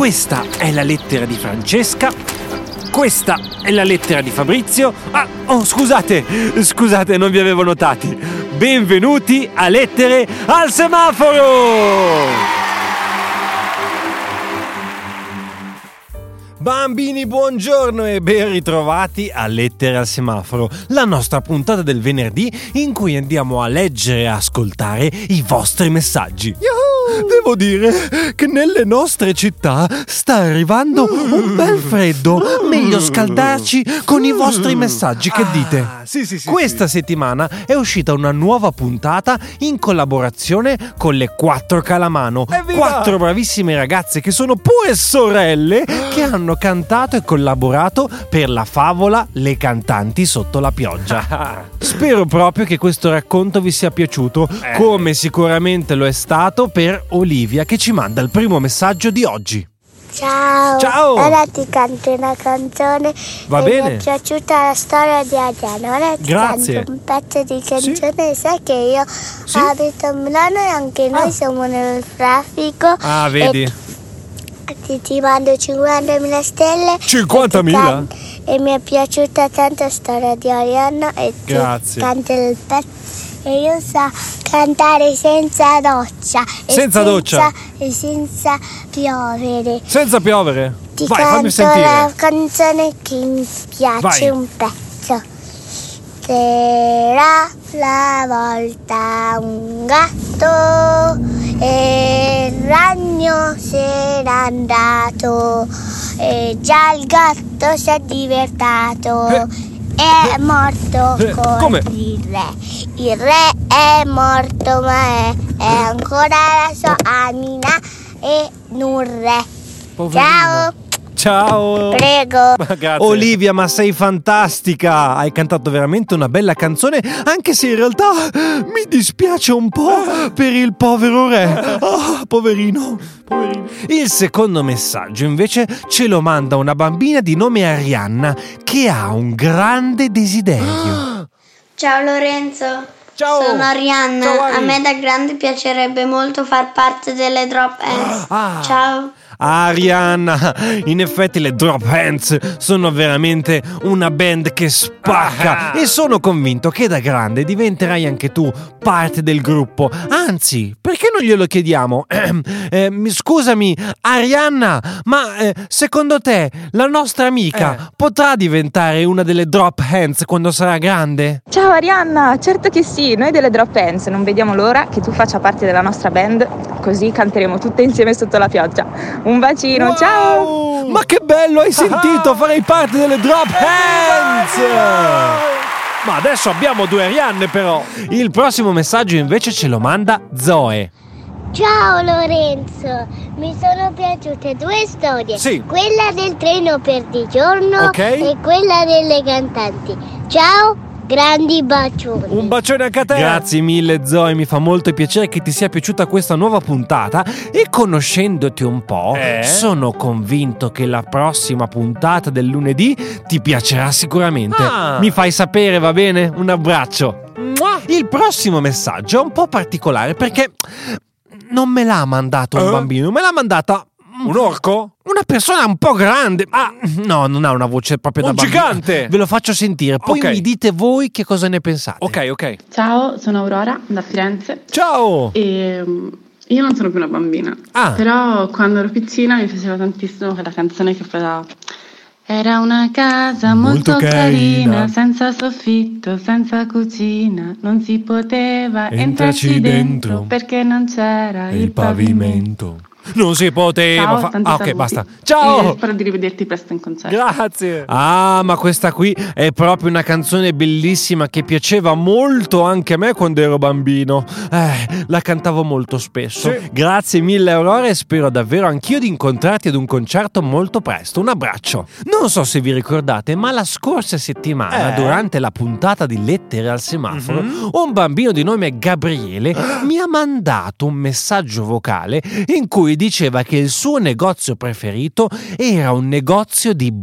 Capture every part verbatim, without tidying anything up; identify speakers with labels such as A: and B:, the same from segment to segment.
A: Questa è la lettera di Francesca. Questa è la lettera di Fabrizio. Ah, oh, scusate, scusate, non vi avevo notati. Benvenuti a Lettere al Semaforo! Bambini, buongiorno e ben ritrovati a Lettere al Semaforo, la nostra puntata del venerdì in cui andiamo a leggere e ascoltare i vostri messaggi. Yuhu! Devo dire che nelle nostre città sta arrivando un bel freddo. Meglio scaldarci con i vostri messaggi, che dite?
B: Ah, sì, sì, sì,
A: Questa
B: sì.
A: settimana è uscita una nuova puntata in collaborazione con le Quattro Calamano.
B: Evviva!
A: Quattro bravissime ragazze che sono pure sorelle, che hanno cantato e collaborato per la favola Le cantanti sotto la pioggia. Spero proprio che questo racconto vi sia piaciuto,
B: Eh.
A: come sicuramente lo è stato per Olivia, che ci manda il primo messaggio di oggi.
C: Ciao.
A: Ciao.
C: Ora ti canto una canzone.
A: Va
C: e
A: bene.
C: Mi è piaciuta la storia di Adriana. Ora ti
A: Grazie.
C: canto un pezzo di canzone. Sai che io
A: Sì.
C: abito a Milano e anche noi
A: Ah.
C: siamo nel traffico.
A: Ah, vedi?
C: E ti, ti mando cinquantamila stelle.
A: cinquantamila?
C: E, ti can- e mi è piaciuta tanto la storia di Arianna. E ti
A: Grazie.
C: canto il pezzo. E io so cantare senza doccia. e
A: Senza doccia?
C: E senza piovere.
A: Senza piovere.
C: Ti
A: Vai, fammi
C: canto
A: sentire.
C: la canzone che mi piace
A: Vai.
C: un pezzo. C'era la volta un gatto e il ragno se n'è andato e già il gatto si è divertato.
A: Eh.
C: È morto
A: Eh,
C: con
A: come?
C: il re. Il re è morto ma è, è ancora la sua anima e un re.
A: Poverino.
C: Ciao.
A: Ciao.
C: Prego.
A: Grazie. Olivia, ma sei fantastica! Hai cantato veramente una bella canzone, anche se in realtà mi dispiace un po' per il povero re. Ah, poverino. Poverino. Il secondo messaggio invece ce lo manda una bambina di nome Arianna, che ha un grande desiderio.
D: Ciao Lorenzo,
A: Ciao.
D: sono Arianna.
A: Ciao, Ari.
D: A me da grande piacerebbe molto far parte delle Drop Hands.
A: Ah.
D: Ciao.
A: Arianna, in effetti le Drop Hands sono veramente una band che spacca
B: Ah.
A: e sono convinto che da grande diventerai anche tu parte del gruppo. Anzi, perché non glielo chiediamo? Eh, mi- scusami, Arianna, ma eh, secondo te la nostra amica
B: Eh.
A: potrà diventare una delle Drop Hands quando sarà grande?
E: Ciao Arianna, certo che sì, noi delle Drop Hands non vediamo l'ora che tu faccia parte della nostra band, così canteremo tutte insieme sotto la pioggia. Un bacino,
A: Wow!
E: ciao!
A: Ma che bello, hai sentito? Farei parte delle Drop Hands! Ma adesso abbiamo due Arianne però. Il prossimo messaggio invece ce lo manda Zoe.
C: Ciao Lorenzo, mi sono piaciute due storie.
A: Sì.
C: Quella del treno per di giorno
A: Ok.
C: e quella delle cantanti. Ciao, grandi bacioni.
B: Un bacione anche a te.
A: Grazie mille Zoe, mi fa molto piacere che ti sia piaciuta questa nuova puntata e conoscendoti un po'
B: Eh?
A: sono convinto che la prossima puntata del lunedì ti piacerà sicuramente.
B: Ah.
A: Mi fai sapere, va bene? Un abbraccio. Il prossimo messaggio è un po' particolare perché non me l'ha mandato un
B: Eh?
A: bambino, me l'ha mandata
B: Un orco?
A: una persona un po' grande. Ah, no, non ha una voce proprio da
B: Un
A: bambino.
B: gigante?
A: Ve lo faccio sentire, poi
B: Ok.
A: mi dite voi che cosa ne pensate.
B: Ok, ok.
F: Ciao, sono Aurora da Firenze
A: Ciao.
F: e mm, io non sono più una bambina,
A: Ah.
F: però quando ero piccina mi piaceva tantissimo quella canzone che faceva. Era una casa
A: Molto
F: molto,
A: carina.
F: carina, senza soffitto, senza cucina, non si poteva
A: Entrarci
F: entrarci
A: dentro,
F: dentro, perché non c'era il, pavimento.
A: Non si poteva
F: Ciao,
A: fa-
F: tanti
A: Ah, ok,
F: saluti.
A: basta. Ciao.
F: E spero di rivederti presto in concerto.
B: Grazie.
A: Ah, ma questa qui è proprio una canzone bellissima che piaceva molto anche a me quando ero bambino. Eh, la cantavo molto spesso.
B: Sì.
A: Grazie mille Aurora e spero davvero anch'io di incontrarti ad un concerto molto presto. Un abbraccio. Non so se vi ricordate, ma la scorsa settimana,
B: Eh?
A: durante la puntata di Lettere al Semaforo,
B: Mhm.
A: un bambino di nome Gabriele mi ha mandato un messaggio vocale in cui diceva che il suo negozio preferito era un negozio di bottiglie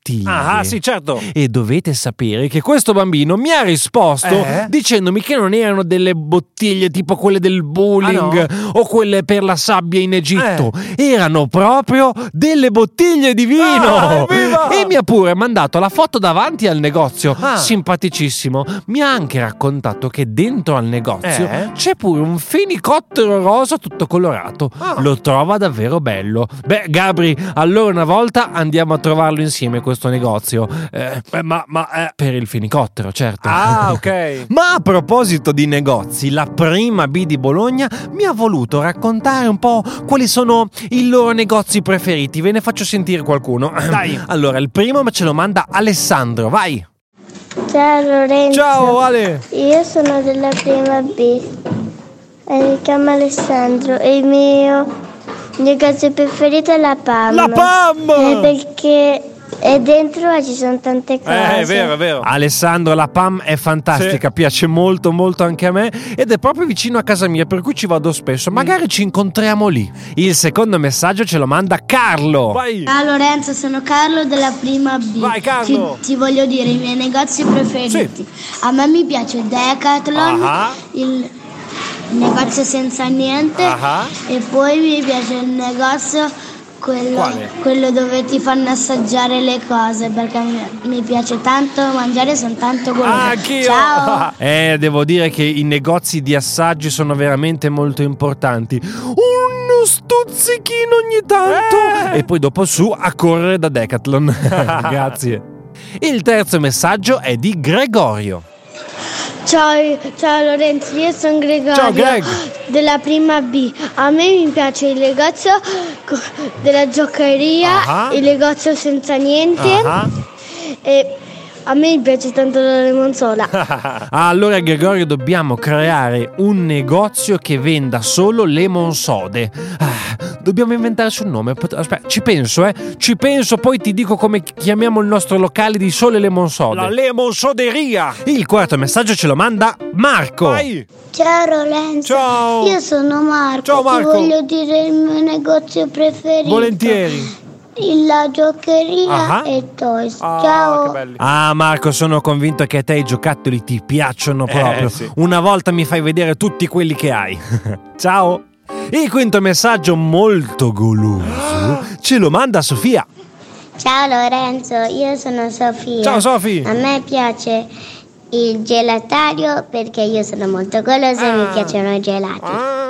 A: bottiglie.
B: Ah, sì, certo.
A: E dovete sapere che questo bambino mi ha risposto
B: Eh?
A: dicendomi che non erano delle bottiglie tipo quelle del bowling
B: Ah, no?
A: o quelle per la sabbia in Egitto. Erano proprio delle bottiglie di vino.
B: Ah, evviva!
A: E mi ha pure mandato la foto davanti al negozio.
B: Ah.
A: Simpaticissimo. Mi ha anche raccontato che dentro al negozio
B: Eh?
A: c'è pure un fenicottero rosa tutto colorato.
B: Ah.
A: Lo trova davvero bello. Beh, Gabri, allora una volta andiamo a trovarlo insieme questo negozio. Eh,
B: Eh, ma, ma, eh.
A: per il fenicottero, certo.
B: Ah, ok.
A: Ma a proposito di negozi, la prima B di Bologna mi ha voluto raccontare un po' quali sono i loro negozi preferiti. Ve ne faccio sentire qualcuno.
B: Dai.
A: Allora, il primo ce lo manda Alessandro, vai.
C: Ciao Lorenzo.
B: Ciao, Ale.
C: Io sono della prima B e mi chiamo Alessandro e il mio negozio preferito è la P A M.
B: La P A M!
C: Eh, perché e dentro ci sono tante cose.
B: Eh, è vero, è vero.
A: Alessandro, la P A M è fantastica,
B: Sì.
A: piace molto molto anche a me ed è proprio vicino a casa mia, per cui ci vado spesso. Magari ci incontriamo lì. Il secondo messaggio ce lo manda Carlo.
B: Vai.
D: Ciao Lorenzo, sono Carlo della prima B.
B: Vai, Carlo.
D: Ti, ti voglio dire i miei negozi preferiti. A me mi piace il Decathlon,
B: Ah.
D: il negozio senza niente
B: Ah.
D: e poi mi piace il negozio quello,
B: Quale?
D: quello dove ti fanno assaggiare le cose perché mi, mi piace tanto mangiare, sono tanto golosa.
B: Ah, anch'io.
D: Ciao.
A: Eh, devo dire che i negozi di assaggi sono veramente molto importanti. Uno stuzzichino ogni tanto.
B: Eh.
A: E poi dopo su a correre da Decathlon. Grazie. Il terzo messaggio è di Gregorio.
C: Ciao, ciao Lorenzo, io sono Gregorio
B: Ciao, Greg.
C: della prima B. A me mi piace il negozio co- della giocheria,
B: Ah.
C: il negozio senza niente
B: Ah.
C: e a me mi piace tanto la limonzola.
A: Allora Gregorio, dobbiamo creare un negozio che venda solo lemon sode. Ah, dobbiamo inventarci un nome. Pot- Aspetta, ci penso, eh. Ci penso, poi ti dico come chiamiamo il nostro locale di sole lemon sode.
B: La lemonsoderia.
A: Il quarto messaggio ce lo manda Marco.
B: Vai.
C: Ciao Lorenzo,
B: Ciao.
C: io sono Marco,
B: Ciao, Marco.
C: ti voglio dire il mio negozio preferito.
B: Volentieri.
C: La giocheria
B: Ah.
C: e Toys.
B: Ah,
C: Ciao.
B: che belli.
A: Ah Marco, sono convinto che a te i giocattoli ti piacciono proprio.
B: Eh, sì.
A: Una volta mi fai vedere tutti quelli che hai. Ciao. Il quinto messaggio molto goloso ce lo manda Sofia.
C: Ciao Lorenzo, io sono Sofia.
B: Ciao, Sofi.
C: A me piace il gelatario perché io sono molto golosa e mi
B: Ah.
C: piacciono i gelati.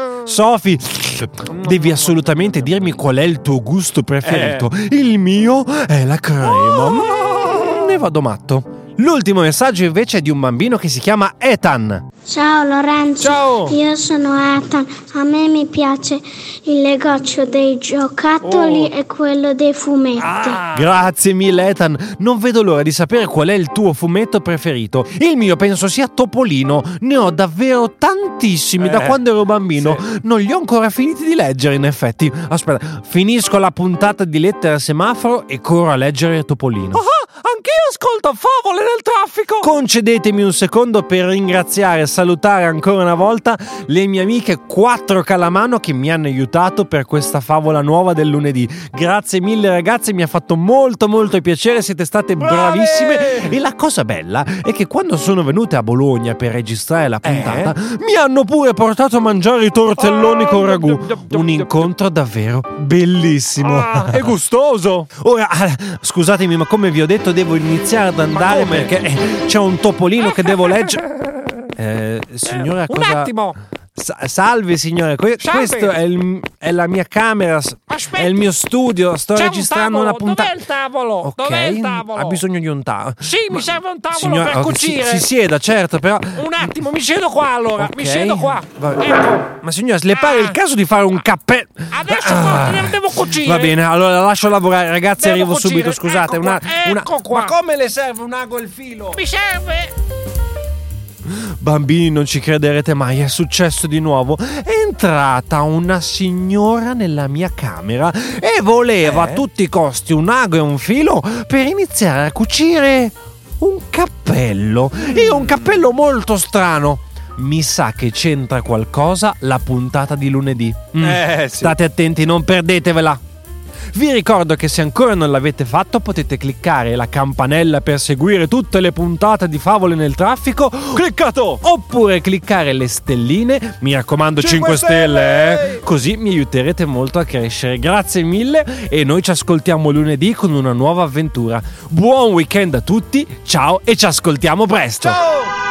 A: Sofi, devi assolutamente dirmi qual è il tuo gusto preferito. Il mio è la crema. Mm, Ne vado matto. L'ultimo messaggio invece è di un bambino che si chiama Ethan.
C: Ciao Lorenzo,
B: Ciao.
C: io sono Ethan. A me mi piace il negozio dei giocattoli
B: Oh.
C: e quello dei fumetti.
B: Ah.
A: Grazie mille Ethan, non vedo l'ora di sapere qual è il tuo fumetto preferito. Il mio penso sia Topolino, ne ho davvero tantissimi da
B: Eh,
A: quando ero bambino.
B: sì.
A: Non li ho ancora finiti di leggere in effetti. Aspetta, finisco la puntata di Lettera al semaforo e corro a leggere Topolino.
B: Ah, anch'io ascolto favole nel traffico.
A: Concedetemi un secondo per ringraziare e salutare ancora una volta le mie amiche Quattro Calamano che mi hanno aiutato per questa favola nuova del lunedì. Grazie mille ragazze, mi ha fatto molto molto piacere, siete state
B: Brave!
A: bravissime e la cosa bella è che quando sono venute a Bologna per registrare la puntata
B: Eh?
A: mi hanno pure portato a mangiare i tortelloni
B: Oh,
A: con ragù.
B: yum, yum, yum,
A: Un
B: yum,
A: incontro davvero bellissimo.
B: Ah, è gustoso.
A: Ora, ah, scusatemi, ma come vi ho detto, devo iniziare ad andare
B: come?
A: perché eh, c'è un topolino che devo leggere. Eh, signora,
B: Un
A: cosa...
B: attimo.
A: Sa- salve signore, que-
B: Salve.
A: questo è, il- è la mia camera, s-
B: Aspetti.
A: è il mio studio, sto
B: C'è
A: registrando
B: un
A: una
B: tavolo.
A: puntata.
B: Dov'è il tavolo?
A: Ok,
B: Dov'è il tavolo?
A: ha bisogno di un tavolo.
B: Sì, mi serve un tavolo
A: Signora,
B: per
A: ok,
B: cucire.
A: Si, si sieda, certo, però.
B: Un attimo, mi siedo qua allora. Mi
A: Ok.
B: siedo qua.
A: Va-
B: Ecco.
A: Ma signora, le pare
B: Ah.
A: il caso di fare un cappello?
B: Adesso
A: Ah.
B: qua, devo cucire.
A: Va bene, allora lascio lavorare, ragazzi,
B: Devo
A: arrivo
B: cucire.
A: subito, scusate.
B: Ecco
A: una,
B: qua,
A: una-
B: ecco qua.
A: Ma come le serve un ago e il filo?
B: Mi serve.
A: Bambini, non ci crederete mai, è successo di nuovo. È entrata una signora nella mia camera e voleva a tutti i costi un ago e un filo per iniziare a cucire un cappello. E un cappello molto strano. Mi sa che c'entra qualcosa la puntata di lunedì. Mm,
B: Eh, sì.
A: State attenti, non perdetevela. Vi ricordo che se ancora non l'avete fatto potete cliccare la campanella per seguire tutte le puntate di Favole nel traffico.
B: Cliccato!
A: Oppure cliccare le stelline, mi raccomando cinque stelle, eh? Così mi aiuterete molto a crescere. Grazie mille e noi ci ascoltiamo lunedì con una nuova avventura. Buon weekend a tutti, ciao e ci ascoltiamo presto.
B: Ciao!